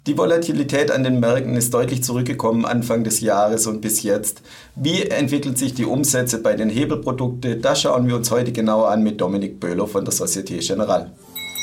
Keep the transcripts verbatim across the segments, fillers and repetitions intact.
Die Volatilität an den Märkten ist deutlich zurückgekommen Anfang des Jahres und bis jetzt. Wie entwickeln sich die Umsätze bei den Hebelprodukten? Das schauen wir uns heute genauer an mit Dominik Böhler von der Société Générale.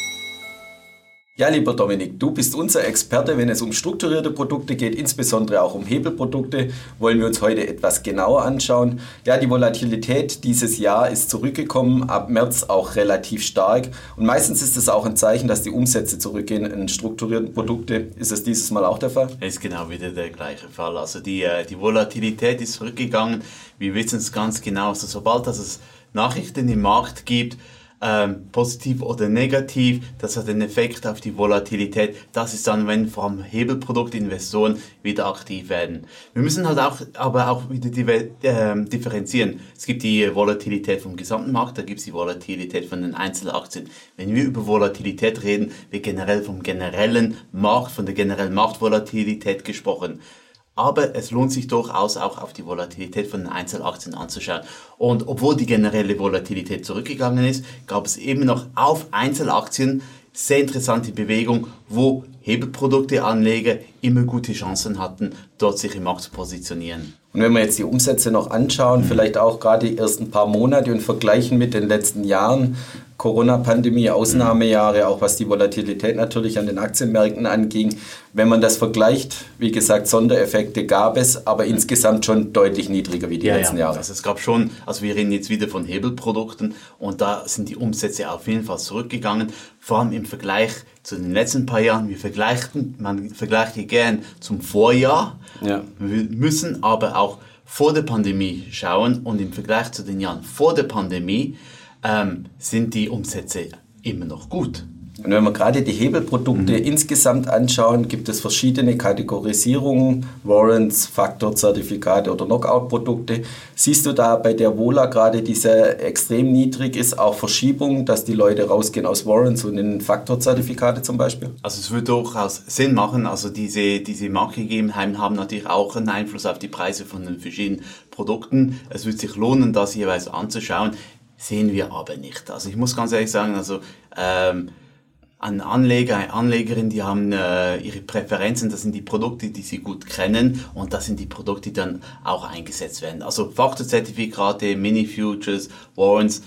Ja, lieber Dominik, du bist unser Experte, wenn es um strukturierte Produkte geht, insbesondere auch um Hebelprodukte, wollen wir uns heute etwas genauer anschauen. Ja, die Volatilität dieses Jahr ist zurückgekommen, ab März auch relativ stark und meistens ist es auch ein Zeichen, dass die Umsätze zurückgehen in strukturierten Produkte. Ist das dieses Mal auch der Fall? Es ist genau wieder der gleiche Fall. Also die, die Volatilität ist zurückgegangen. Wir wissen es ganz genau. Also sobald es Nachrichten im Markt gibt, Ähm, positiv oder negativ, das hat einen Effekt auf die Volatilität. Das ist dann, wenn vor allem Hebelproduktinvestoren wieder aktiv werden. Wir müssen halt auch, aber auch wieder die, äh, differenzieren. Es gibt die Volatilität vom gesamten Markt, da gibt es die Volatilität von den Einzelaktien. Wenn wir über Volatilität reden, wird generell vom generellen Markt, von der generellen Marktvolatilität gesprochen. Aber es lohnt sich durchaus auch auf die Volatilität von den Einzelaktien anzuschauen. Und obwohl die generelle Volatilität zurückgegangen ist, gab es eben noch auf Einzelaktien sehr interessante Bewegung, wo Hebelprodukteanleger immer gute Chancen hatten, dort sich im Markt zu positionieren. Und wenn wir jetzt die Umsätze noch anschauen, mhm. vielleicht auch gerade die ersten paar Monate und vergleichen mit den letzten Jahren, Corona-Pandemie, Ausnahmejahre, auch was die Volatilität natürlich an den Aktienmärkten anging. Wenn man das vergleicht, wie gesagt, Sondereffekte gab es, aber insgesamt schon deutlich niedriger wie die ja, letzten ja. Jahre. Also es gab schon, also wir reden jetzt wieder von Hebelprodukten und da sind die Umsätze auf jeden Fall zurückgegangen, vor allem im Vergleich zu den letzten paar Jahren. Wir vergleichen, man vergleicht hier gern zum Vorjahr. Ja. Wir müssen aber auch vor der Pandemie schauen und im Vergleich zu den Jahren vor der Pandemie ähm, sind die Umsätze immer noch gut. Und wenn wir gerade die Hebelprodukte mhm. insgesamt anschauen, gibt es verschiedene Kategorisierungen, Warrants, Faktorzertifikate oder Knockout-Produkte. Siehst du da bei der Vola gerade, die sehr extrem niedrig ist, auch Verschiebungen, dass die Leute rausgehen aus Warrants und in Faktorzertifikate zum Beispiel? Also es würde durchaus Sinn machen. Also diese, diese Marktgegebenheiten haben natürlich auch einen Einfluss auf die Preise von den verschiedenen Produkten. Es würde sich lohnen, das jeweils anzuschauen. Sehen wir aber nicht. Also ich muss ganz ehrlich sagen, also ähm, ein Anleger, eine Anlegerin, die haben äh, ihre Präferenzen, das sind die Produkte, die sie gut kennen und das sind die Produkte, die dann auch eingesetzt werden. Also Faktorzertifikate, Mini-Futures, Warrants,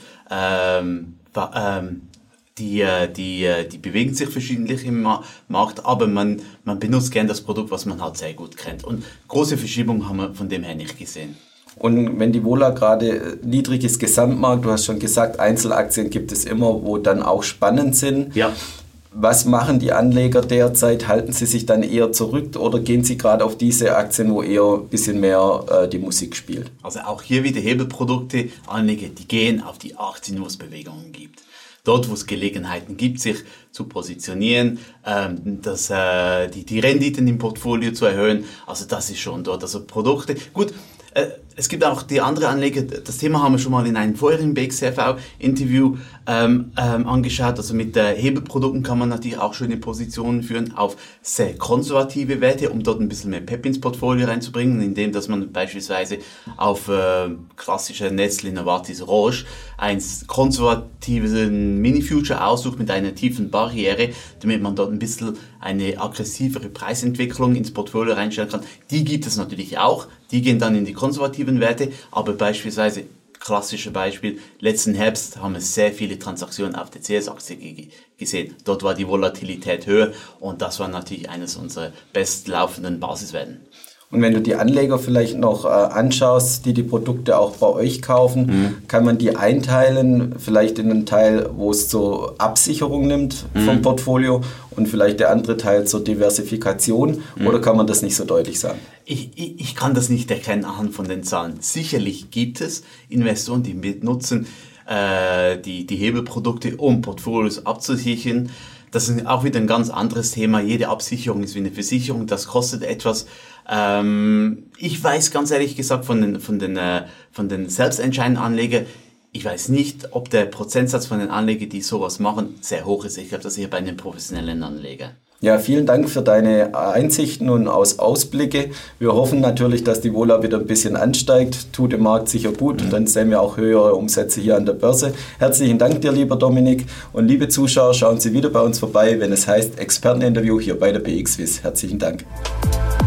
ähm, ähm, die, die, die bewegen sich verschiedentlich im Markt, aber man, man benutzt gern das Produkt, was man halt sehr gut kennt. Und große Verschiebungen haben wir von dem her nicht gesehen. Und wenn die Vola gerade niedrig ist, Gesamtmarkt, du hast schon gesagt, Einzelaktien gibt es immer, wo dann auch spannend sind. Ja. Was machen die Anleger derzeit? Halten sie sich dann eher zurück oder gehen sie gerade auf diese Aktien, wo eher ein bisschen mehr äh, die Musik spielt? Also auch hier wieder Hebelprodukte, Anleger, die gehen auf die Aktien, wo es Bewegungen gibt. Dort, wo es Gelegenheiten gibt, sich zu positionieren, ähm, dass, äh, die, die Renditen im Portfolio zu erhöhen. Also das ist schon dort. Also Produkte, gut. Äh, es gibt auch die andere Anleger, das Thema haben wir schon mal in einem vorherigen B X C V-Interview ähm, ähm, angeschaut. Also mit äh, Hebelprodukten kann man natürlich auch schöne Positionen führen auf sehr konservative Werte, um dort ein bisschen mehr Pep ins Portfolio reinzubringen, indem dass man beispielsweise auf äh, klassische Nestlé, Novartis, Roche einen konservativen Mini-Future aussucht mit einer tiefen Barriere, damit man dort ein bisschen eine aggressivere Preisentwicklung ins Portfolio reinstellen kann. Die gibt es natürlich auch. Die gehen dann in die konservativen Werte, aber beispielsweise, klassisches Beispiel, letzten Herbst haben wir sehr viele Transaktionen auf der C S-Aktie g- gesehen. Dort war die Volatilität höher und das war natürlich eines unserer bestlaufenden Basiswerten. Und wenn du die Anleger vielleicht noch äh, anschaust, die die Produkte auch bei euch kaufen, mhm. kann man die einteilen, vielleicht in einen Teil, wo es zur Absicherung nimmt mhm. vom Portfolio und vielleicht der andere Teil zur Diversifikation, mhm. oder kann man das nicht so deutlich sagen? Ich, ich, ich kann das nicht erkennen anhand von den Zahlen. Sicherlich gibt es Investoren, die benutzen äh, die, die Hebelprodukte, um Portfolios abzusichern. Das ist auch wieder ein ganz anderes Thema. Jede Absicherung ist wie eine Versicherung, das kostet etwas. Ähm, ich weiß ganz ehrlich gesagt von den, von den, äh, von den selbstentscheidenden Anlegern, ich weiß nicht, ob der Prozentsatz von den Anlegern, die sowas machen, sehr hoch ist. Ich glaube, das ist hier bei den professionellen Anlegern. Ja, vielen Dank für deine Einsichten und Aus Ausblicke. Wir hoffen natürlich, dass die Vola wieder ein bisschen ansteigt. Tut dem Markt sicher gut und dann sehen wir auch höhere Umsätze hier an der Börse. Herzlichen Dank dir, lieber Dominik. Und liebe Zuschauer, schauen Sie wieder bei uns vorbei, wenn es heißt Experteninterview hier bei der B X Wiss. Herzlichen Dank.